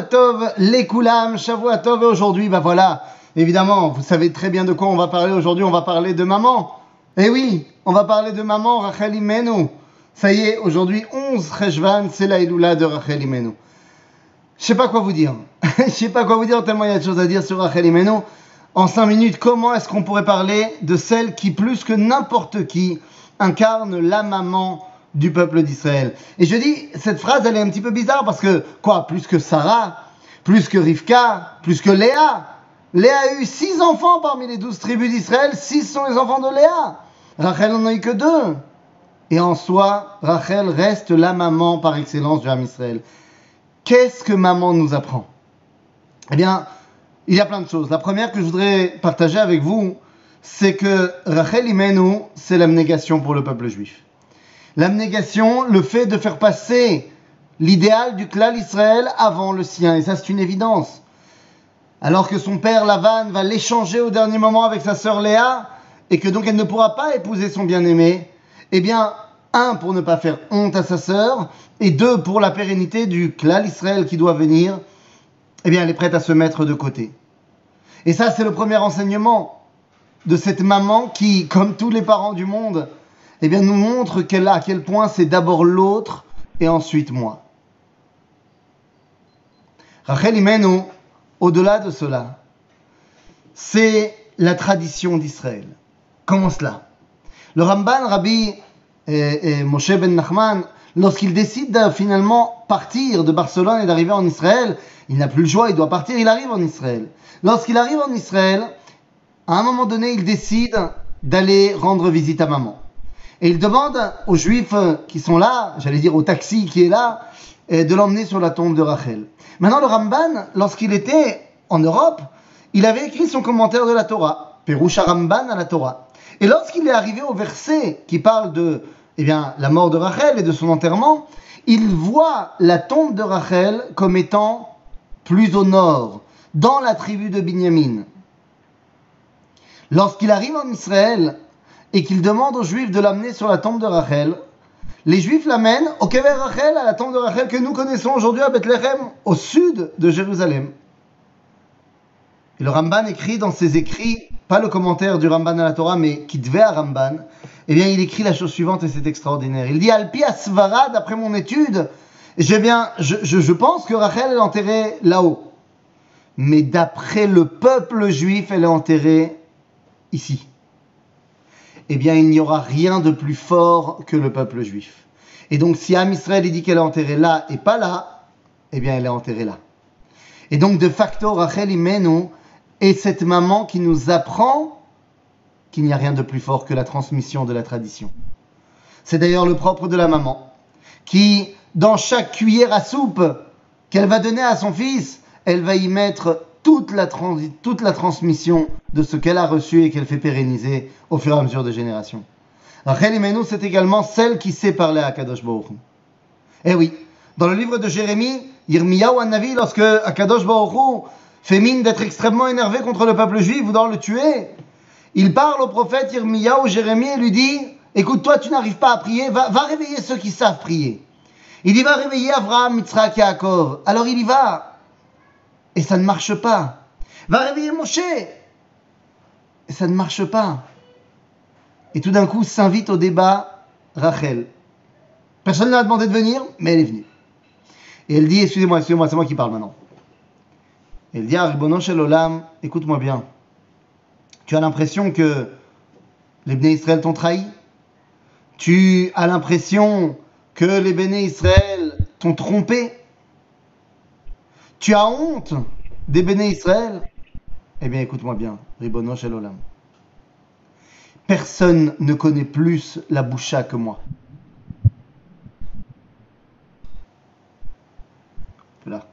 Tov, les Koulam, Shavua Tov, et aujourd'hui, voilà, évidemment, vous savez très bien de quoi on va parler aujourd'hui, on va parler de maman. Eh oui, on va parler de maman, Rachel Imenu. Ça y est, aujourd'hui, 11 Cheshvan, c'est la Iloula de Rachel Imenu. Je sais pas quoi vous dire. Je sais pas quoi vous dire, tellement il y a de choses à dire sur Rachel Imenu. En 5 minutes, comment est-ce qu'on pourrait parler de celle qui, plus que n'importe qui, incarne la maman du peuple d'Israël? Et je dis, cette phrase, elle est un petit peu bizarre parce que, quoi, plus que Sarah, plus que Rivka, plus que Léa. Léa a eu 6 enfants parmi les 12 tribus d'Israël, 6 sont les enfants de Léa. Rachel n'en a eu que 2. Et en soi, Rachel reste la maman par excellence du Ham Israël. Qu'est-ce que maman nous apprend? Eh bien, il y a plein de choses. La première que je voudrais partager avec vous, c'est que Rachel Imenu, c'est l'abnégation pour le peuple juif. L'abnégation, le fait de faire passer l'idéal du Klal Israël avant le sien. Et ça, c'est une évidence. Alors que son père Lavan va l'échanger au dernier moment avec sa sœur Léa, et que donc elle ne pourra pas épouser son bien-aimé, eh bien, 1, pour ne pas faire honte à sa sœur, et 2, pour la pérennité du Klal Israël qui doit venir, eh bien, elle est prête à se mettre de côté. Et ça, c'est le premier enseignement de cette maman qui, comme tous les parents du monde, eh bien, nous montre à quel point c'est d'abord l'autre et ensuite moi. Rachel Imenu, au-delà de cela, c'est la tradition d'Israël. Comment cela? Le Ramban, Rabbi Moshe ben Nachman, lorsqu'il décide de finalement partir de Barcelone et d'arriver en Israël, il n'a plus le choix, il doit partir, il arrive en Israël. Lorsqu'il arrive en Israël, à un moment donné, il décide d'aller rendre visite à maman. Et il demande aux Juifs qui sont là, j'allais dire au taxi qui est là, de l'emmener sur la tombe de Rachel. Maintenant, le Ramban, lorsqu'il était en Europe, il avait écrit son commentaire de la Torah, Perush Ramban à la Torah. Et lorsqu'il est arrivé au verset qui parle de la mort de Rachel et de son enterrement, il voit la tombe de Rachel comme étant plus au nord, dans la tribu de Binyamin. Lorsqu'il arrive en Israël et qu'il demande aux Juifs de l'amener sur la tombe de Rachel, les Juifs l'amènent au Kever Rachel, à la tombe de Rachel que nous connaissons aujourd'hui à Bethléem, au sud de Jérusalem. Et le Ramban écrit dans ses écrits, pas le commentaire du Ramban à la Torah, mais qui devait à Ramban, eh bien il écrit la chose suivante et c'est extraordinaire. Il dit, Alpi Asvara, d'après mon étude, je pense que Rachel est enterrée là-haut. Mais d'après le peuple juif, elle est enterrée ici. Eh bien, il n'y aura rien de plus fort que le peuple juif. Et donc, si Am Israël dit qu'elle est enterrée là et pas là, eh bien, elle est enterrée là. Et donc, de facto, Rachel Imenu est cette maman qui nous apprend qu'il n'y a rien de plus fort que la transmission de la tradition. C'est d'ailleurs le propre de la maman, qui, dans chaque cuillère à soupe qu'elle va donner à son fils, elle va y mettre toute la transmission de ce qu'elle a reçu et qu'elle fait pérenniser au fur et à mesure des générations. Rachel Imenu, c'est également celle qui sait parler à Akadosh Baruch Hu. Eh oui, dans le livre de Jérémie, Yirmiyahu Hanavi, lorsque Akadosh Baruch Hu fait mine d'être extrêmement énervé contre le peuple juif, voulant le tuer, il parle au prophète Yirmiyahu, Jérémie, et lui dit, écoute, toi tu n'arrives pas à prier, va réveiller ceux qui savent prier. Il y va réveiller Abraham, Yitzhak, Yaakov. Alors il y va. Et ça ne marche pas. Va réveiller Moshe. Et ça ne marche pas. Et tout d'un coup s'invite au débat Rachel. Personne ne l'a demandé de venir, mais elle est venue. Et elle dit, excusez-moi, c'est moi qui parle maintenant. Elle dit à Ribono Shel Olam, écoute-moi bien. Tu as l'impression que les Bnei Israël t'ont trahi? Tu as l'impression que les Bnei Israël t'ont trompé? Tu as honte des Bnei Israël? Eh bien, écoute-moi bien, Ribono Shel Olam. Personne ne connaît plus la boucha que moi. Là.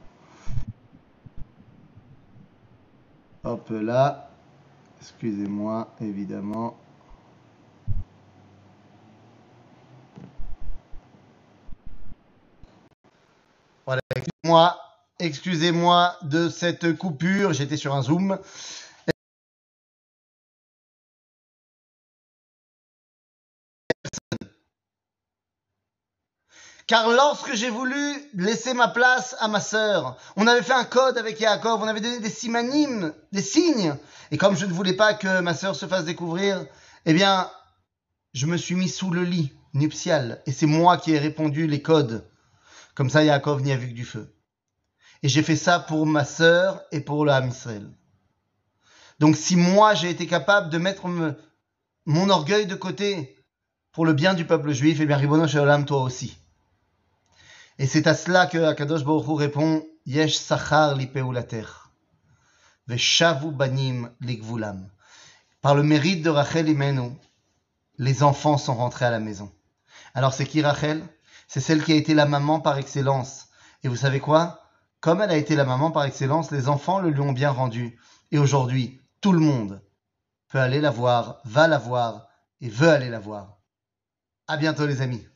Hop là. Excusez-moi, évidemment. Voilà, excusez-moi de cette coupure. J'étais sur un Zoom. Car lorsque j'ai voulu laisser ma place à ma sœur, on avait fait un code avec Yaakov, on avait donné des simanim, des signes. Et comme je ne voulais pas que ma sœur se fasse découvrir, eh bien, je me suis mis sous le lit nuptial. Et c'est moi qui ai répondu les codes. Comme ça, Yaakov n'y a vu que du feu. Et j'ai fait ça pour ma sœur et pour le Ham Israël. Donc si moi, j'ai été capable de mettre mon orgueil de côté pour le bien du peuple juif, eh bien, Ribono Shel Olam, toi aussi. Et c'est à cela que Akadosh Baruch Hu répond Yesh Sachar li Peulater, Veshavu Banim li Gvulam. Par le mérite de Rachel Imenu, les enfants sont rentrés à la maison. Alors c'est qui Rachel? C'est celle qui a été la maman par excellence. Et vous savez quoi? Comme elle a été la maman par excellence, les enfants le lui ont bien rendu. Et aujourd'hui, tout le monde peut aller la voir, va la voir et veut aller la voir. À bientôt les amis.